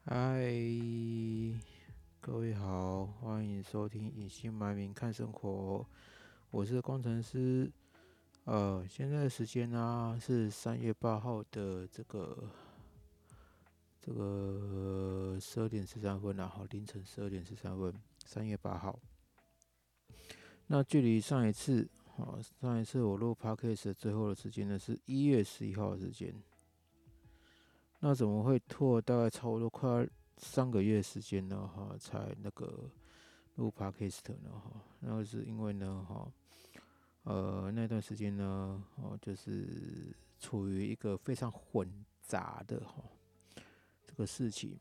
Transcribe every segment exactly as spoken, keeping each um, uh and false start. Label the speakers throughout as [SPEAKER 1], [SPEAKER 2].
[SPEAKER 1] 嗨，各位好，欢迎收听隐姓埋名看生活，我是工程师。呃，现在的时间呢、是三月八号的这个这个十二点十三分然后凌晨十二点十三分，三月八号。那距离上一次，哦，上一次我录 podcast 的最后的时间呢是一月十一号的时间。那怎么会拖大概超过多快三个月时间呢？哈，才那个录 podcast 呢？哈，那个是因为呢，哈，呃，那段时间呢，哦，就是处于一个非常混杂的哈这个事情。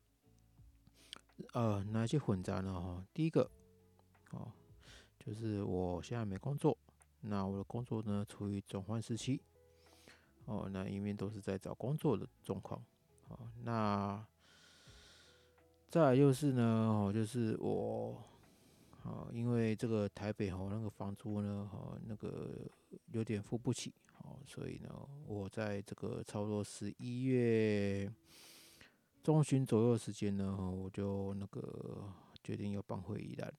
[SPEAKER 1] 呃，哪些混杂呢？哈，第一个，哦，就是我现在没工作，那我的工作呢处于转换时期。哦，那一面都是在找工作的状况。好，那再来就是呢，哦，就是我，哦，因为这个台北哦，那个房租呢，哦，那个有点付不起，哦，所以呢，我在这个差不多十一月中旬左右的时间呢，我就那个决定要搬回宜兰。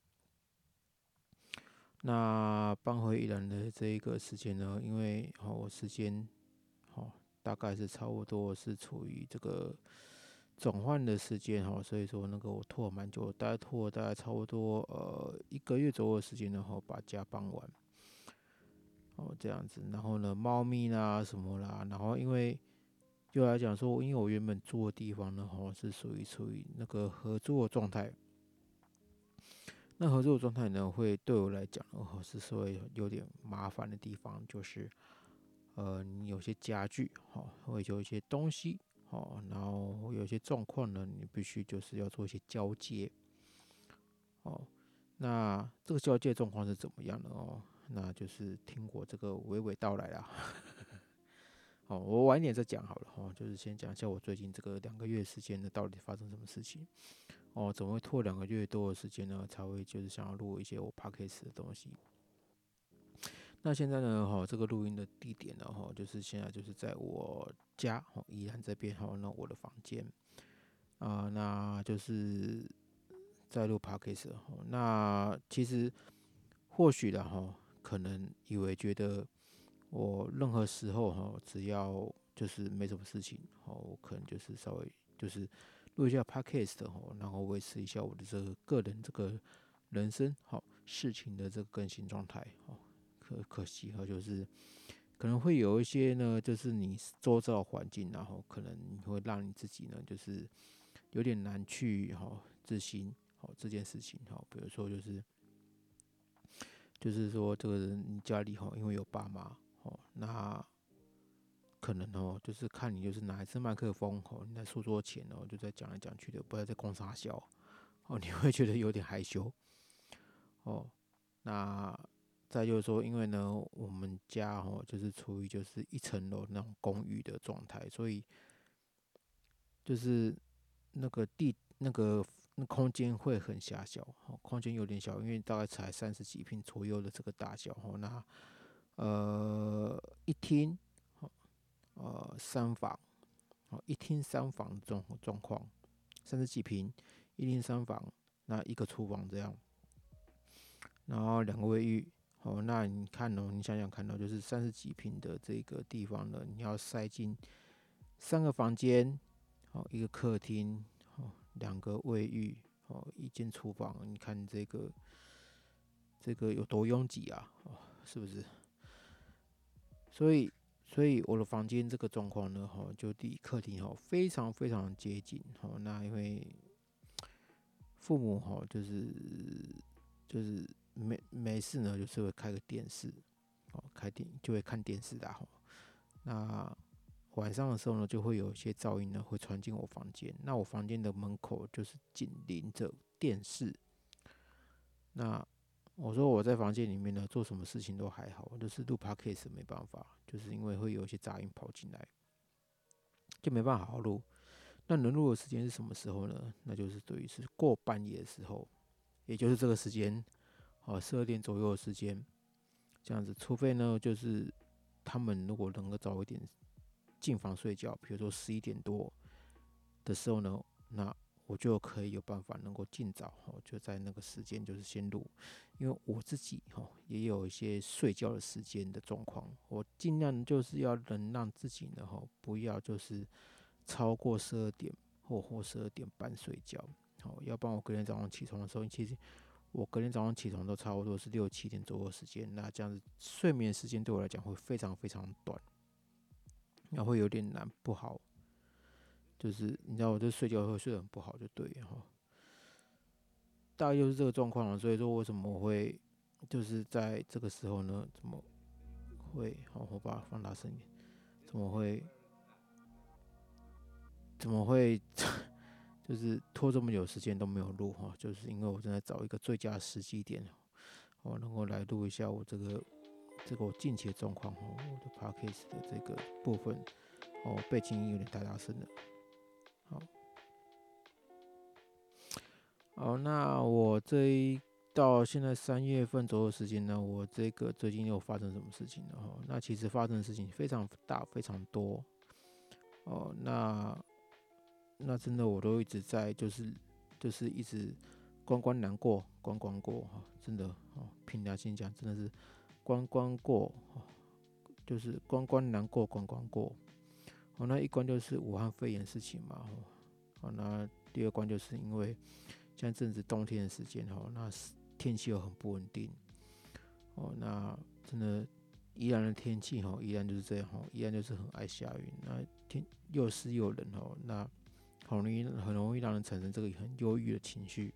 [SPEAKER 1] 那搬回宜兰的这一个时间呢，因为哦，我时间哦，大概是差不多是处于这个转换的时间哈，所以说那个我拖了蛮久，大概拖了大概差不多呃一个月左右的时间，然后把家搬完哦这样子，然后呢猫咪啦什么啦，然后因为就来讲说，因为我原本住的地方呢哈是属于处于那个合作的状态，那合作的状态呢会对我来讲呢是稍微有点麻烦的地方，就是呃你有些家具哈，会有一些东西。哦，然后有一些状况呢，你必须就是要做一些交接。哦，那这个交接状况是怎么样的哦？那就是听我这个娓娓道来啦。哦，我晚一点再讲好了哦，就是先讲一下我最近这个两个月时间呢，到底发生什么事情。哦，怎么会拖两个月多的时间呢？才会就是想要录一些我 podcast 的东西。那现在呢，哈，这个录音的地点呢，哈，就是现在就是在我家，哈，宜兰这边，哈，那我的房间。啊、呃那就是在录 podcast 哈。那其实或许的哈，可能以为觉得我任何时候哈，只要就是没什么事情，哈，我可能就是稍微就是录一下 podcast 哈，然后维持一下我的这个个人这个人生好事情的这个更新状态哈。可可惜哈，就是可能会有一些呢，就是你周遭的环境，然后可能会让你自己呢，就是有点难去哈执行好这件事情哈。比如说就是就是说这个人你家里哈，因为有爸妈哦，那可能哦就是看你就是拿一支麦克风哦，你在书桌前哦就在讲来讲去的，不知道在攻啥笑哦，你会觉得有点害羞哦。那再就是说，因为呢，我们家哦就是处于就是一层楼那种公寓的状态，所以就是那个地那个那空间会很狭小，空间有点小，因为大概才三十几平左右的这个大小，那呃一厅，呃三房，一厅三房的状状况，三十几平，一厅三房，那一个厨房这样，然后两个卫浴。哦，那你看哦，你想想看哦，就是三十几平的这个地方呢，你要塞进三个房间，好，一个客厅，好，两个卫浴，哦，一间厨房，你看这个这个有多拥挤啊？哦，是不是？所以，所以我的房间这个状况呢，哈，就离客厅哈非常非常接近，哈。那因为父母哈就是就是没没事呢，就是会开个电视，哦，开电就会看电视的哈。那晚上的时候呢，就会有一些噪音呢会传进我房间。那我房间的门口就是紧邻着电视。那我说我在房间里面呢，做什么事情都还好，就是录 podcast 没办法，就是因为会有一些杂音跑进来，就没办法好好录。那能录的时间是什么时候呢？那就是对于是过半夜的时候，也就是这个时间，哦，十二点左右的时间，这样子。除非呢，就是他们如果能够早一点进房睡觉，比如说十一点多的时候呢， 那我就可以有办法能够尽早哦，就在那个时间就是先录，因为我自己哦也有一些睡觉的时间的状况，我尽量就是要能让自己呢哈不要就是超过十二点或或十二点半睡觉，好，要不然我隔天早上起床的时候，其实我隔天早上起床都差不多是六七点左右的时间，那这样子睡眠时间对我来讲会非常非常短，那会有点难不好，就是你知道我这睡觉会睡得很不好就对了哈，大概就是这个状况了。所以说为什么我会就是在这个时候呢，怎么会好？我把它放大声一点，怎么会怎么会就是拖这么久时间都没有录哈？就是因为我正在找一个最佳时机点，我能够来录一下我这个这个我近期的状况哈，我的 podcast 的这个部分哦，背景音有点太大声了。好，好，那我这一到现在三月份左右的时间呢，我这个最近又发生什么事情了哈？那其实发生的事情非常大，非常多哦。那那真的我都一直在就是就是一直关关难过关关过哈，真的哦，凭良心讲，真的是关关过，就是关关难过关关过。好，那一关就是武汉肺炎事情嘛，好，那第二关就是因为现在正值冬天的时间哈，那天气又很不稳定，哦，那真的宜兰的天气哈，宜兰就是这样哈，宜兰就是很爱下雨，那天又湿又冷哈，那很容易很容易让人产生这个很忧郁的情绪，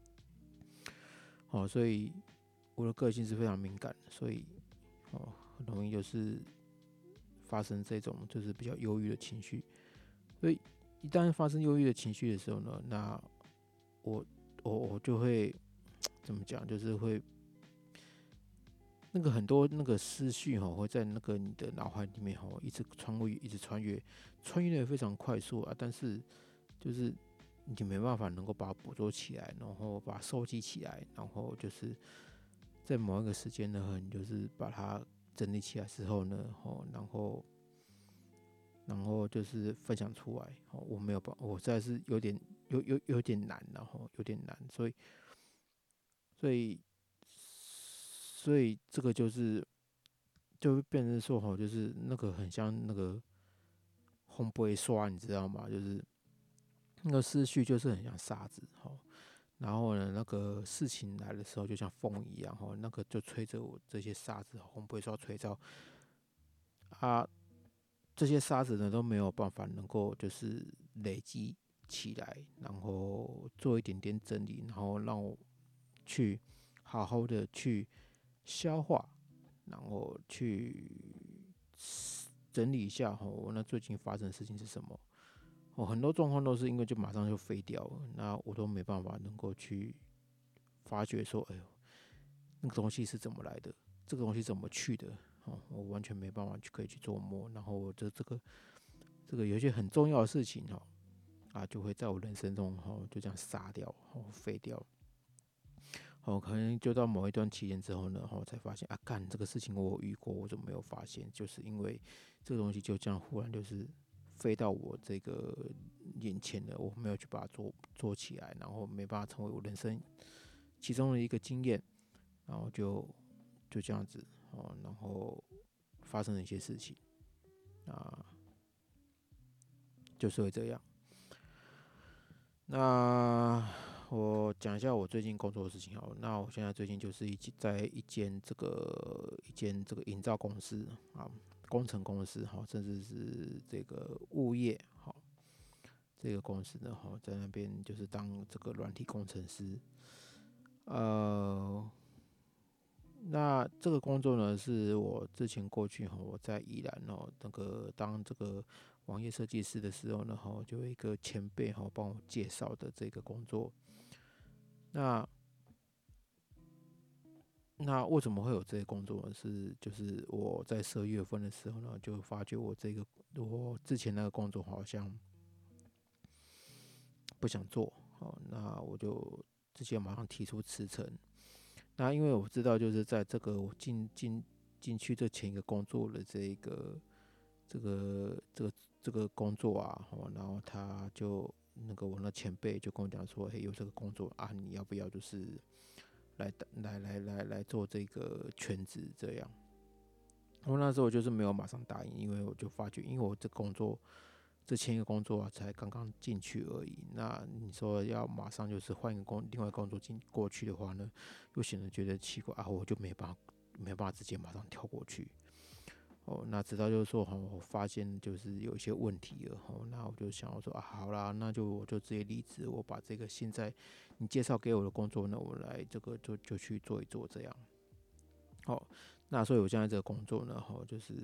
[SPEAKER 1] 哦，所以我的个性是非常敏感的，所以哦很容易就是发生这种就是比较忧郁的情绪，所以一旦发生忧郁的情绪的时候呢，那我我我就会怎么讲，就是会那个很多那个思绪哈，会在那个你的脑海里面哈，一直穿越，一直穿越，穿越的非常快速啊，但是就是你没办法能够把它捕捉起来，然后把它收集起来，然后就是在某一个时间呢，你就是把它整理起来之后呢，然后然后就是分享出来，我没有办，我实在是有点有有有点难，然后有点难，所以所以所以这个就是就会变成说哈，就是那个很像那个烘焙刷，你知道吗？就是那个思绪就是很像沙子哈，然后呢，那个事情来的时候就像风一样哈，那个就吹着我这些沙子，烘焙刷吹到啊，这些沙子呢都没有办法能够就是累积起来，然后做一点点整理，然后让我去好好的去消化，然后去整理一下哈，我那最近发生的事情是什么？哦，很多状况都是因为就马上就飞掉了，那我都没办法能够去发觉说，哎呦，那个东西是怎么来的，这个东西怎么去的？哦，我完全没办法去可以去琢磨，然后我这这个这个有一些很重要的事情哈，啊，就会在我人生中哈就这样杀掉，哦，废掉。哦，可能就到某一段期间之后呢，我才发现啊，干这个事情我有遇过，我怎么没有发现？就是因为这个东西就这样忽然就是飞到我这个眼前了，我没有去把它做做起来，然后没办法成为我人生其中的一个经验，然后就就这样子哦，然后发生了一些事情啊，就是会这样。那我讲一下我最近工作的事情好了。那我现在最近就是一在一间这个一间这个营造公司啊，工程公司哈，甚至是这个物业好，这个公司呢哈，在那边就是当这个软体工程师。呃，那这个工作呢，是我之前过去哈，我在宜兰哦，那个当这个网页设计师的时候呢，哈，就有一个前辈哈帮我介绍的这个工作。那那为什么会有这个工作呢？是就是我在十二月份的时候呢，就发觉我这个我之前那个工作好像不想做，哦，那我就直接马上提出辞呈。那因为我知道，就是在这个我进进进去这前一个工作的这一个这个这个这个工作啊，然后他就那个我那前辈就跟我讲说，嘿，有这个工作啊，你要不要就是来来来来来做这个全职这样？我那时候就是没有马上答应，因为我就发觉，因为我这工作这前一个工作啊才刚刚进去而已。那你说要马上就是换一个工另外一个工作进过去的话呢，又显得觉得奇怪啊，我就没办法没办法直接马上跳过去。哦，那直到就是说，哈，我发现就是有一些问题了，哦，那我就想要说啊，好啦，那就我就直接离职，我把这个现在你介绍给我的工作呢，我来这个就就去做一做这样。好，那所以我现在这个工作呢，哈，就是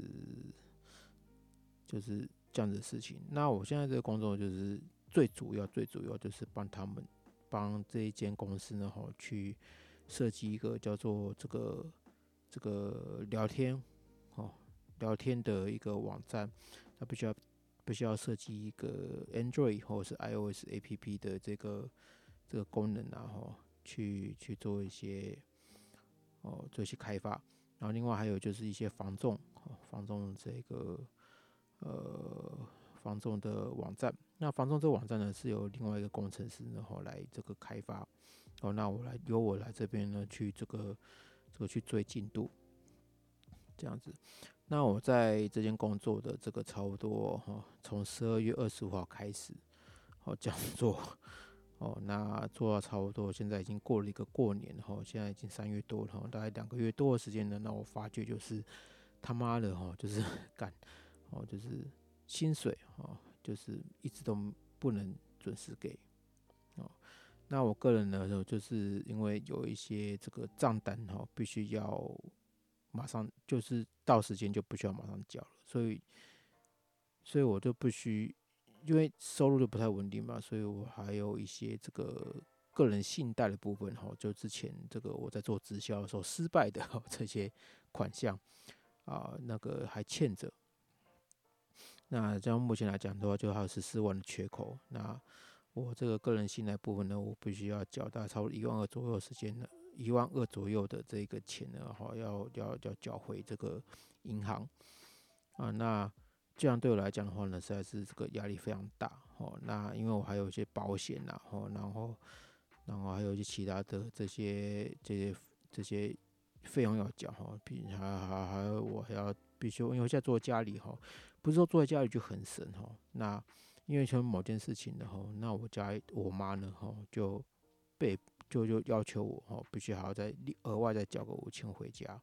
[SPEAKER 1] 就是这样子的事情。那我现在这个工作就是最主要最主要就是帮他们帮这一间公司呢，哈，去设计一个叫做这个这个聊天哦聊天的一个网站，它必须要必须要设计一个 Android 或者是 iOS A P P 的这个这个功能啊，哈，去去做一些哦做一些开发。然后另外还有就是一些防重哦防重这个呃防重的网站。那防重这个网站呢是由另外一个工程师然后来这个开发。哦，那我来由我来这边呢去这个这个去追进度这样子。那我在这间工作的这个差不多哈，从十二月二十五号开始，哦这样做，哦那做到差不多，现在已经过了一个过年哈，现在已经三月多了，大概两个月多的时间呢，那我发觉就是他妈的哈，就是干哦，就是薪水哦，就是一直都不能准时给哦。那我个人呢，就是因为有一些这个账单哈，必须要马上就是到时间就不需要马上交了，所以所以我就必须，因为收入就不太稳定嘛，所以我还有一些这个个人信贷的部分哈，就之前这个我在做直销的时候失败的这些款项啊，那个还欠着。那这样目前来讲的话，就还有十四万的缺口。那我这个个人信贷部分呢，我必须要缴大概超过一万二左右的时间呢，一万二左右的这个钱呢，哈，要要要缴回这个银行啊。那这样对我来讲的话呢，实在是这个压力非常大哦。那因为我还有一些保险呐，哦，然后然后还有一些其他的这些这些这些费用要缴哈，比还还还有我还要必须，因为我现在坐在家里哈，不是说坐在家里就很省哈。那因为从某件事情的哈，那我家我妈呢哈就被就就要求我哈，必须还要再额外再交个五千回家。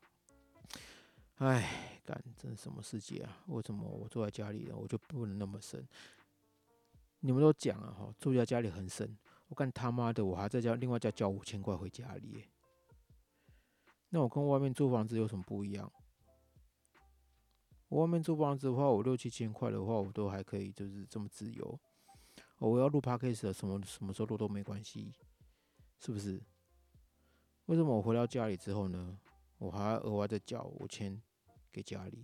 [SPEAKER 1] 哎，干，这是什么世界啊？为什么我坐在家里呢，我就不能那么省？你们都讲了哈，住在家里很省，我干他妈的，我还在家另外再交五千块回家里耶。那我跟外面租房子有什么不一样？我外面租房子的话，我六七千块的话，我都还可以，就是这么自由。哦我要录 podcast 的，什么什么时候录都没关系，是不是？为什么我回到家里之后呢，我还要额外再缴五千给家里？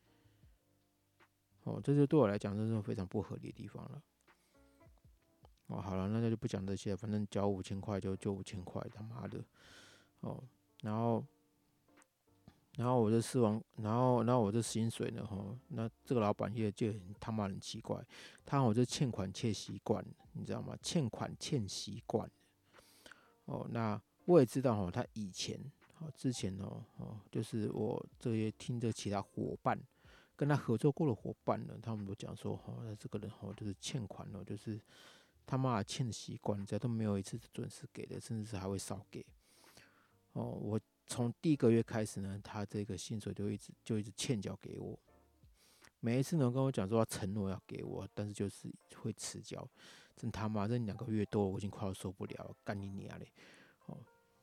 [SPEAKER 1] 哦，这就对我来讲，真是非常不合理的地方了。哦，好了，那就不讲这些，反正交五千块就就五千块，他妈的。哦，然后然后我这四完，然后然后我这薪水呢，哈，那这个老板也就很他妈很奇怪，他我这欠款欠习惯，你知道吗？欠款欠习惯。哦，那我也知道哈，他以前哦之前哦哦，就是我这些听着其他伙伴跟他合作过的伙伴呢，他们都讲说，哈，那这个人哦就是欠款哦，就是他妈的欠的习惯，只要都没有一次准时给的，甚至是还会少给。哦，我从第一个月开始呢，他这个薪水就一直就一直欠缴给我。每一次呢跟我讲说要承诺要给我，但是就是会迟交。真他妈，这两个月多，我已经快要受不了了，干你娘嘞！哦，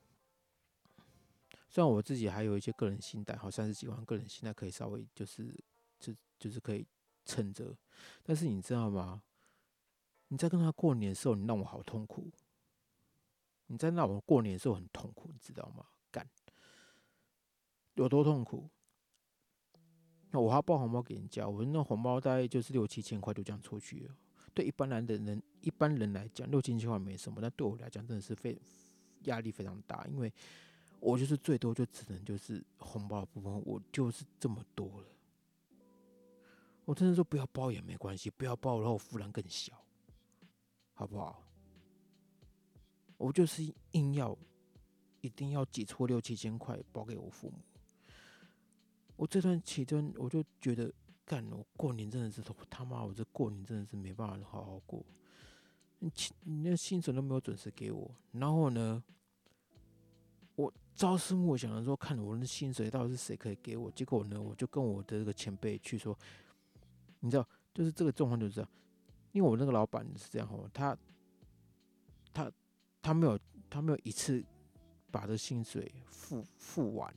[SPEAKER 1] 虽然我自己还有一些个人信贷，好三十几万个人信贷可以稍微就是就就是可以撑着，但是你知道吗？你在跟他过年的时候，你让我好痛苦。你在让我过年的时候很痛苦，你知道吗？干有多痛苦？那我还包红包给人家，我那红包大概就是六七千块就这样出去了。对一般人的人一般人来讲，六七千块没什么，但对我来讲真的是非压力非常大，因为我就是最多就只能就是红包的部分，我就是这么多了。我真的说不要包也没关系，不要包然后负担更小。 好不好？我就是硬要一定要挤出六七千块包给我父母。我这段期间我就觉得，干，我过年真的是他妈，我这过年真的是没办法好好过。你你那薪水都没有准时给我，然后呢，我朝思暮想的说，看我的薪水到底是谁可以给我？结果呢，我就跟我的这个前辈去说，你知道，就是这个状况就是这样，因为我那个老板是这样哦，他他他没有他没有一次把这薪水付付完，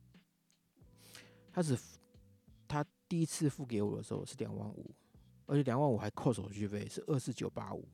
[SPEAKER 1] 他只他第一次付给我的时候是两万五，而且两万五还扣手续费，是二四九八五。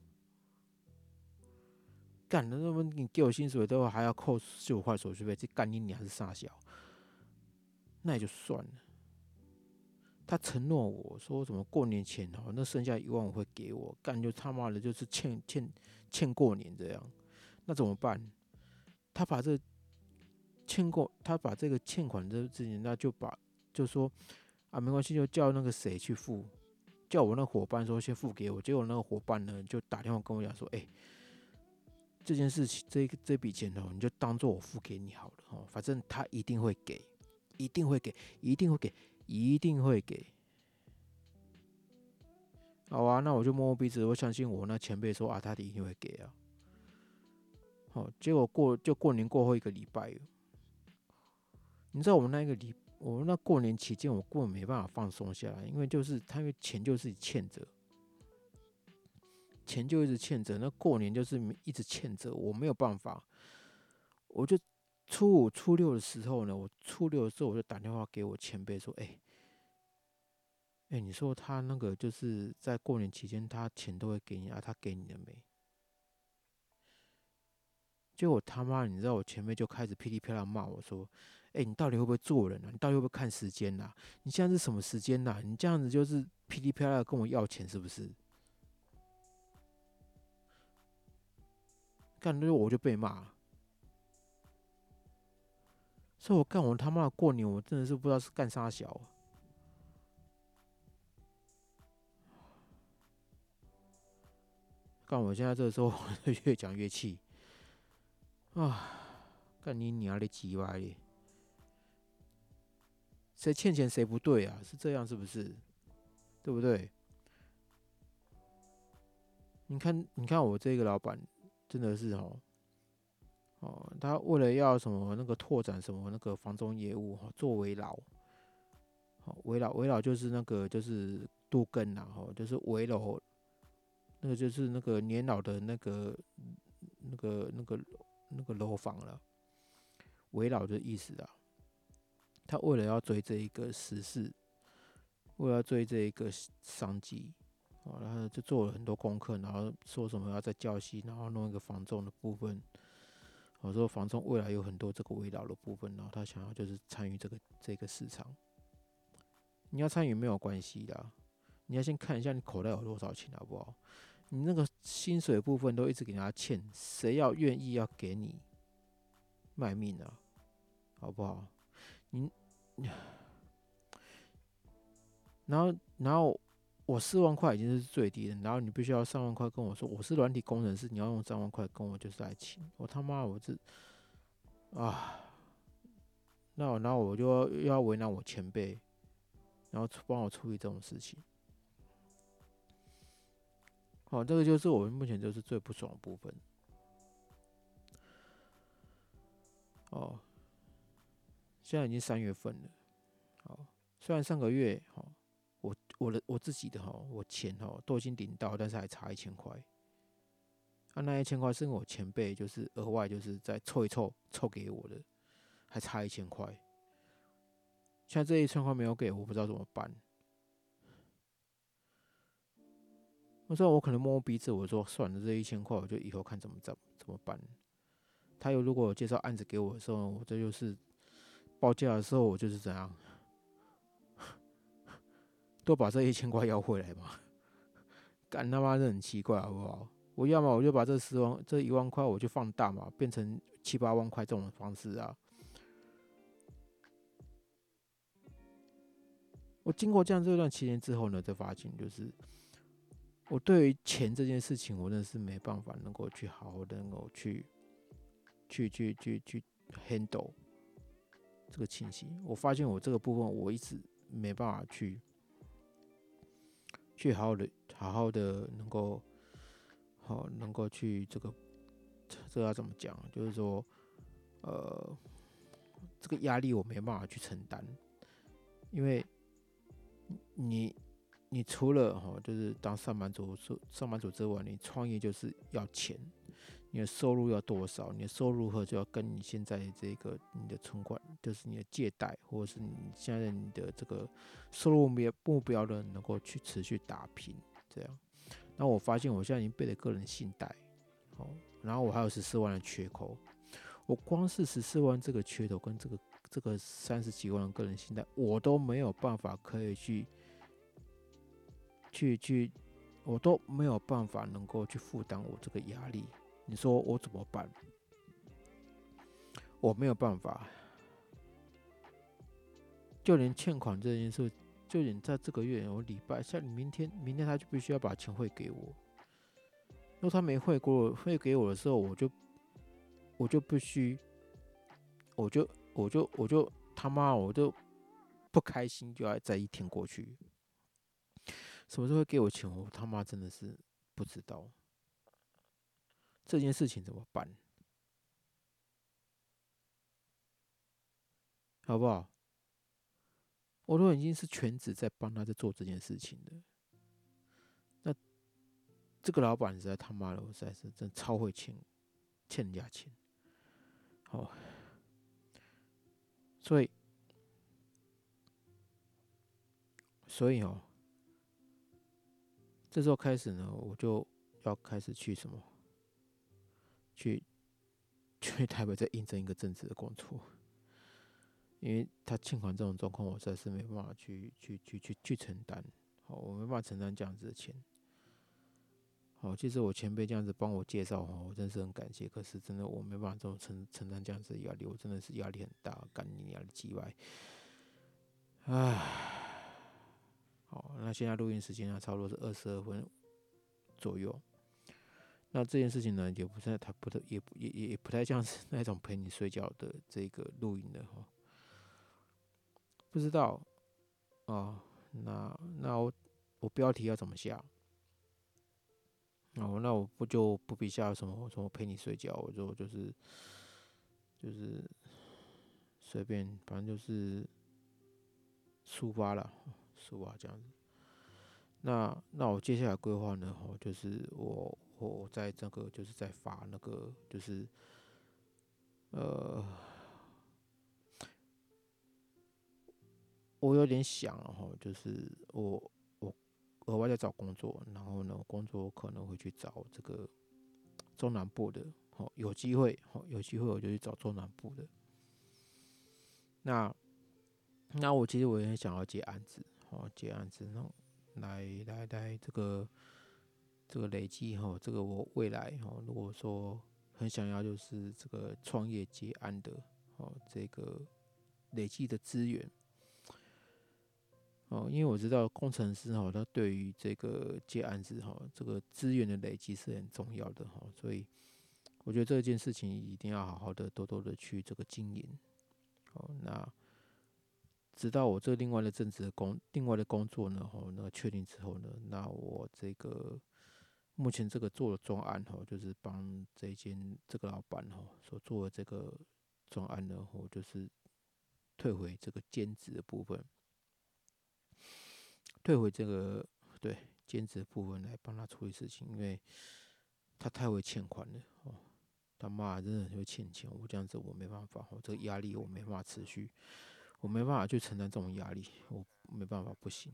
[SPEAKER 1] 干，那么你给我薪水之后还要扣十五块手续费，这干你娘是傻小？那也就算了。他承诺我说什么过年前哦，那剩下一万五会给我，干就他妈的就是欠欠欠过年这样，那怎么办？他把这欠过，他把这个欠款这事情，那就把就说啊没关系，就叫那个谁去付，叫我那个伙伴说先付给我，结果那个伙伴呢就打电话跟我讲说，哎、欸，这件事情这这笔钱哦，你就当做我付给你好了哦，反正他一定会给，一定会给，一定会给，一定会给。好啊，那我就摸摸鼻子，我相信我那前辈说啊，他一定会给啊。好，结果过就过年过后一个礼拜，你知道我们那一个礼，我们那过年期间，我根本没办法放松下来，因为就是他因为钱就是欠着，钱就一直欠着，那过年就是一直欠着，我没有办法，我就初五初六的时候呢，我初六的时候我就打电话给我前辈说，哎、欸。哎、欸，你说他那个就是在过年期间，他钱都会给你啊，他给你了没？结果他妈，你知道我前辈就开始噼里啪啦骂我说：“哎、欸，你到底会不会做人啊？你到底会不会看时间啊？你现在是什么时间啊？你这样子就是噼里啪啦跟我要钱是不是？”干，那我就被骂，所以我干我他妈的过年，我真的是不知道是干啥小、啊。干我现在这个时候，我越讲越气啊！干你娘的鸡歪咧！谁欠钱谁不对啊？是这样是不是？对不对？你看，你看我这个老板真的是哦哦，他为了要什么那个拓展什么那个房中业务哈，做围老，好围老围老就是那个就是都更啦哈，就是围楼那个就是那个年老的那个那个那个那个楼房了，围老的意思啊。他为了要追这一个时事，为了要追这一个商机，哦，然后就做了很多功课，然后说什么要在教息，然后弄一个房仲的部分。我说房仲未来有很多这个围绕的部分，然后他想要就是参与这个这个市场。你要参与没有关系的，你要先看一下你口袋有多少钱，好不好？你那个薪水的部分都一直给人家欠，谁要愿意要给你卖命啊？好不好？你，然后然后我四万块已经是最低的，然后你必须要三万块跟我说我是软体工程师，你要用三万块跟我就是来请，我他妈我这啊，那我然后我就要又要为难我前辈，然后帮我处理这种事情。好，这个就是我们目前就是最不爽的部分。哦，现在已经三月份了。好，虽然上个月好，我我的我自己的哈，我钱哈都已经领到，但是还差一千块。啊，那一千块是我前辈就是额外就是再凑一凑凑给我的，还差一千块。现在这一千块没有给，我不知道怎么办。我说我可能摸摸鼻子，我说算了，这一千块我就以后看怎么怎怎么办。他有如果有介绍案子给我的时候，我这就是报价的时候，我就是怎样，都把这一千块要回来嘛。干他妈的很奇怪，好不好？我要么我就把这十万、这一万块我就放大嘛，变成七八万块这种方式啊。我经过这样这段期间之后呢，才发现就是我对于钱这件事情，我真的是没办法能够去好好的能够去去去去去 handle 这个情形。我发现我这个部分我一直没办法去去好好的好好的能够好能够去这个这个要怎么讲？就是说，呃，这个压力我没办法去承担，因为你你除了哈，就是当上班族上班族之外，你创业就是要钱，你的收入要多少？你的收入和就要跟你现在这个你的存款，就是你的借贷，或者是你现在你的这个收入目标呢，能够去持续打平，这样。那我发现我现在已经背了个人信贷，哦，然后我还有十四万的缺口，我光是十四万这个缺口跟这个这个三十几万的个人信贷，我都没有办法可以去去去，我都没有办法能够去负担我这个压力。你说我怎么办？我没有办法，就连欠款这件事，就连在这个月，我礼拜像明天，明天他就必须要把钱汇给我。如果他没汇给我，汇给我的时候，我就我就必须，我就我就我就他妈我就不开心，就要再一天过去。什么时候会给我钱？我他妈真的是不知道这件事情怎么办，好不好？我都已经是全职在帮他在做这件事情的。那这个老板实在他妈的，我实在是真超会欠欠人家钱。好，所以所以哦，这时候开始呢，我就要开始去什么，去去台北再应征一个正职的工作，因为他欠款这种状况，我实在是没办法去去去去去承担。好，我没办法承担这样子的钱。好，其实我前辈这样子帮我介绍哈，我真是很感谢。可是真的我没办法这种承承担这样子的压力，我真的是压力很大，干你压力几百。唉，好，那现在录音时间呢，差不多是二十二分左右。那这件事情呢，也不太，太不太，也也也也不太像是那种陪你睡觉的这个录音的哈。不知道哦，那那我我标题要怎么下？哦，那我不就不必下什么什么陪你睡觉，我就就是就是随便，反正就是抒发了，抒发这样子。那那我接下来规划呢，哦，就是我我在这个就是在发那个就是呃，我有点想了哈，就是我我额外在找工作，然后呢，工作可能会去找这个中南部的，哦，有机会，哦，有机会我就去找中南部的。那那我其实我也很想要接案子，哦，接案子，那来来来这个这个累积哈，这个我未来哈，如果说很想要就是这个创业接案的，哦，这个累积的资源。哦，因为我知道工程师哈，他对于这个接案子哈，这个资源的累积是很重要的哈，所以我觉得这件事情一定要好好的、多多的去这个经营。哦，那直到我这另外的正职的工、另外的工作呢，哦，那个确定之后呢，那我这个目前这个做的专案哈，就是帮这一间这个老板哈所做的这个专案呢，我就是退回这个兼职的部分。退回这个对兼职的部分来帮他处理事情，因为他太会欠款了哦，他妈真的很会欠钱，我这样子我没办法，我这个压力我没办法持续，我没办法去承担这种压力，我没办法，不行。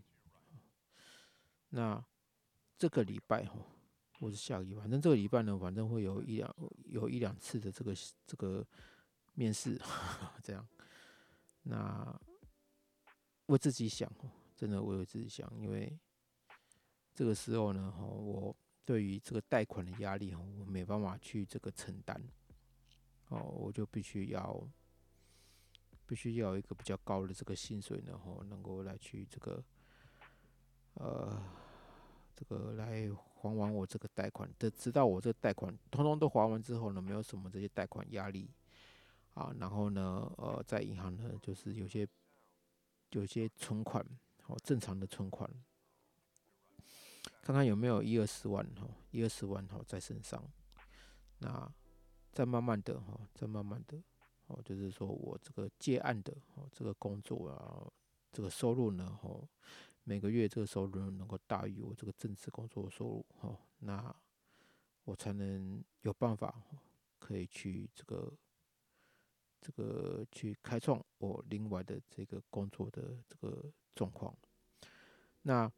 [SPEAKER 1] 那这个礼拜哈，或是下个礼拜，反正这个礼拜呢，反正会有一两有一两次的这个这个面试，这样。那为自己想哦，真的为自己想，因为这个时候呢，我对于这个贷款的压力，我没办法去这个承担，哦，我就必须要必须要有一个比较高的这个薪水呢，能够来去这个呃这个来还完我这个贷款，的直到我这个贷款通通都还完之后呢，没有什么这些贷款压力啊，然后呢，呃，在银行呢，就是有些有些存款，好、正常的存款，看看有没有一二十万哈，一二十万哈在身上，那再慢慢的哈，再慢慢的哦，就是说我这个接案的哦，这个工作啊，这个收入呢，哦，每个月这个收入能够大于我这个正职工作的收入哦，那我才能有办法可以去这个这个去开创我另外的这个工作的这个状况。那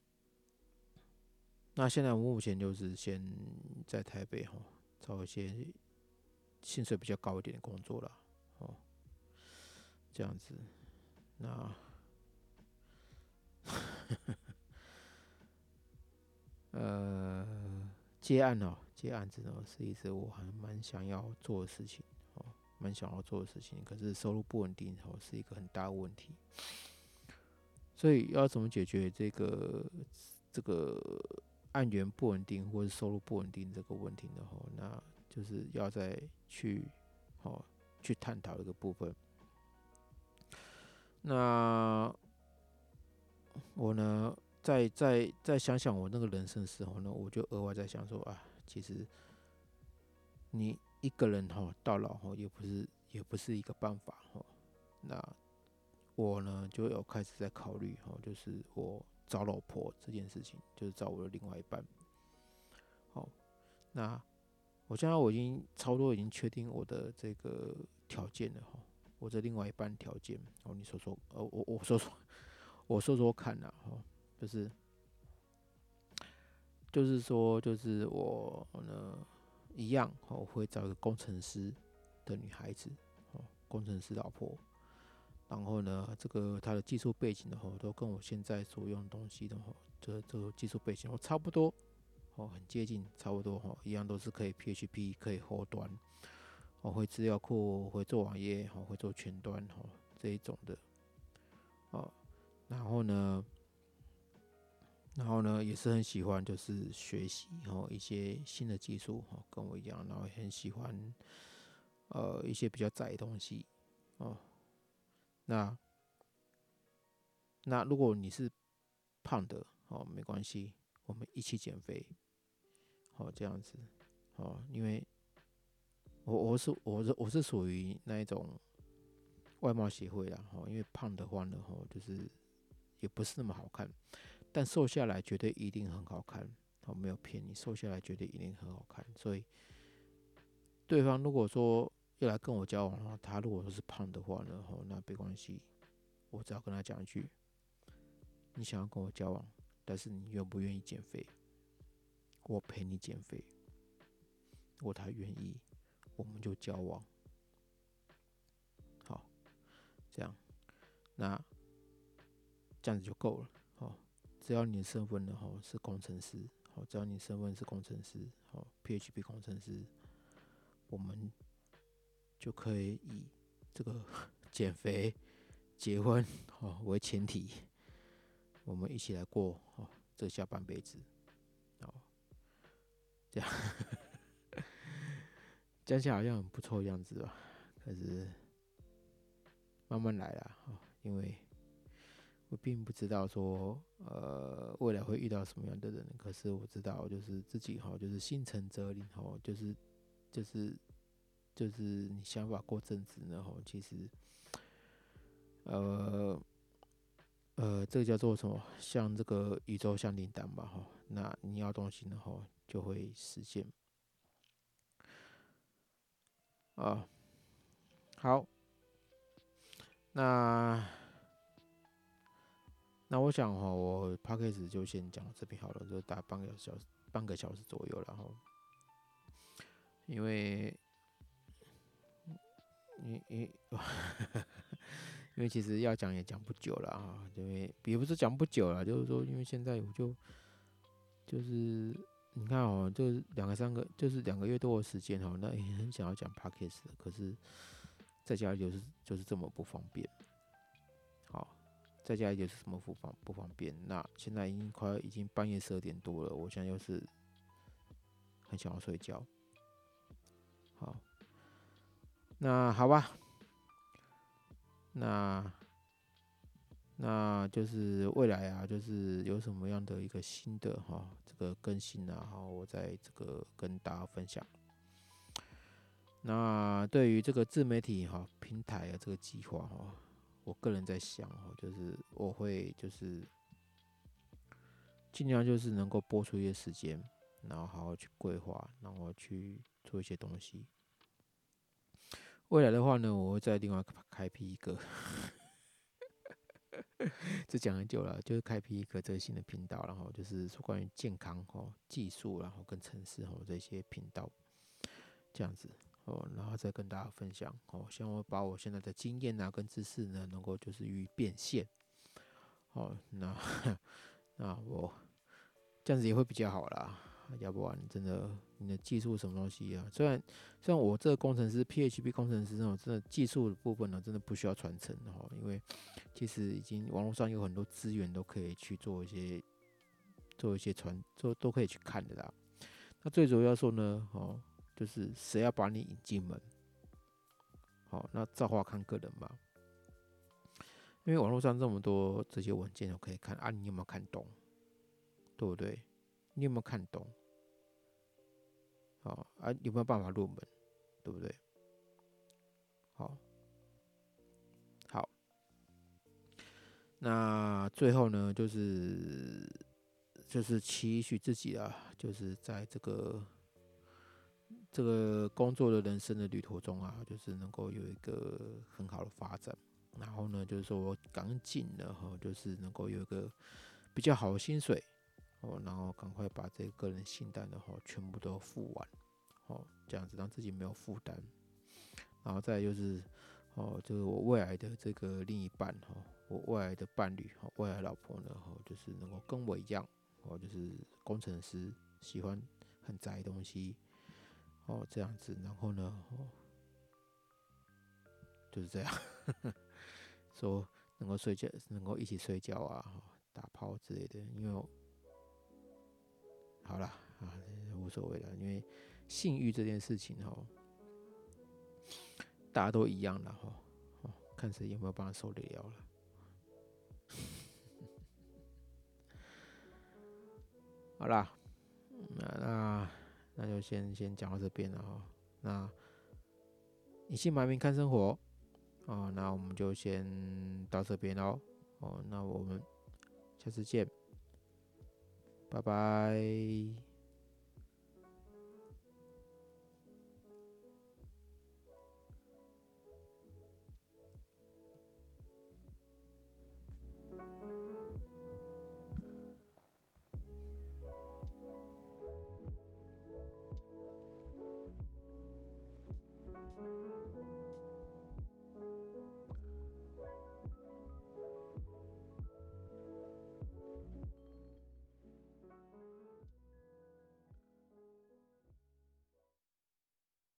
[SPEAKER 1] 那现在我目前就是先在台北哈，找一些薪水比较高一点的工作啦，哦，这样子。那呃，接案哦，接案子呢是一直我还蛮想要做的事情哦，蛮想要做的事情。可是收入不稳定哦，是一个很大的问题。所以要怎么解决这个这个案源不稳定或者收入不稳定这个问题呢？哦，那就是要再去哦去探讨一个部分。那我呢，再再再想想我那个人生的时候呢，我就额外在想说啊，其实你一个人哈到老哈也不是也不是一个办法哈。那我呢就有开始在考虑哈，就是我找老婆这件事情，就是找我的另外一半。好，那我现在我已经差不多已经确定我的这个条件了哈，我这另外一半条件哦，你说说，呃，我我说说我说说看呐哈，就是就是说就是我呢一样哦，会找一个工程师的女孩子哦，工程师老婆。然后呢，这个她的技术背景的话，都跟我现在所用的东西的话，这这个技术背景我差不多哦，很接近，差不多哈，一样都是可以 P H P 可以后端，哦，会资料库，会做网页，哦，会做前端哦这一种的哦。然后呢，然后呢，也是很喜欢就是学习哦一些新的技术哦，跟我一样，然后也很喜欢呃一些比较窄的东西哦。那那如果你是胖的哦，没关系，我们一起减肥，好、这样子哦，因为我我是我是我是属于那一种外貌协会啦，哦，因为胖的话呢，哦，就是也不是那么好看，但瘦下来绝对一定很好看，哦，没有骗你，瘦下来绝对一定很好看，所以对方如果说要来跟我交往的话，他如果说是胖的话呢，哦，那没关系，我只要跟他讲一句，你想要跟我交往，但是你愿不愿意减肥？我陪你减肥，如果他愿意，我们就交往。好，这样，那这样子就够了。好，只要你的身份呢，哈，是工程师，好，只要你身份是工程师，好，P H P 工程师，我们就可以以这个减肥、结婚，哦为前提，我们一起来过哦这下半辈子。好，这样讲起来好像很不错的样子吧？可是慢慢来啦，因为我并不知道说，呃，未来会遇到什么样的人。可是我知道，就是自己哈，就是心诚则灵哈，就是就是就是你想法过正直呢哈，其实呃呃，这个叫做什么？像这个宇宙像铃铛吧哈，那你要东西呢哈，就会实现啊。好，那那我想哈，我 p a c k a g e 就先讲到这边好了，就大概半个小时，半个小时左右了哈。因为，因因因为其实要讲也讲不久了啊，因为也不是讲不久了，就是说，因为现在我就就是你看哦，就是两个三个，就是两个月多的时间哦，那也很想要讲 p a c k a g e 可是在家里就是就是这么不方便。好， 在家里就是什么不方不方便。那现在已经快已经半夜十二点多了，我现在又是很想要睡觉。好，那好吧，那那就是未来啊，就是有什么样的一个新的哈这个更新啊，哈，我在这个跟大家分享。那对于这个自媒体哈平台的这个计划哈，我个人在想哈，就是我会就是尽量就是能够播出一些时间，然后好好去规划，然后去做一些东西。未来的话呢，我会再另外开辟一个，这讲很久了，就是开辟一个这个新的频道，然后就是说关于健康哦、技术，然后跟城市哦这些频道这样子哦，然后再跟大家分享哦，希望我把我现在的经验啊跟知识呢，能够就是予以变现哦，那那我这样子也会比较好啦。要不然真的你的技术什么东西啊？虽然虽然我这个工程师 P H P 工程师那种真的技术的部分呢，真的不需要传承哦，因为其实已经网络上有很多资源都可以去做一些做一些传做都可以去看的啦。那最主要说呢，哦，就是谁要把你引进门，好，那造化看个人嘛。因为网络上这么多这些文件都可以看啊，你有没有看懂？对不对？你有没有看懂？好啊，有没有办法入门？对不对？好，好，那最后呢，就是就是期许自己啊，就是在这个这个工作的人生的旅途中啊，就是能够有一个很好的发展。然后呢，就是说我赶紧的哈，就是能够有一个比较好的薪水哦，然后赶快把这个个人信贷的哈全部都付完哦，这样子让自己没有负担。然后再就是哦，就是我未来的这个另一半哈，我未来的伴侣哈，未来的老婆呢哈，就是能够跟我一样哦，就是工程师，喜欢很宅的东西哦，这样子。然后呢，哦，就是这样，说能够睡觉，能够一起睡觉啊，打炮之类的。因为好啦啊，无所谓了，因为性欲这件事情哦，大家都一样了哈，哦，看谁有没有办法受得了了。好啦，那那那就先先讲到这边了哈。那隐姓埋名看生活哦，那我们就先到这边喽。哦，那我们下次见，拜拜。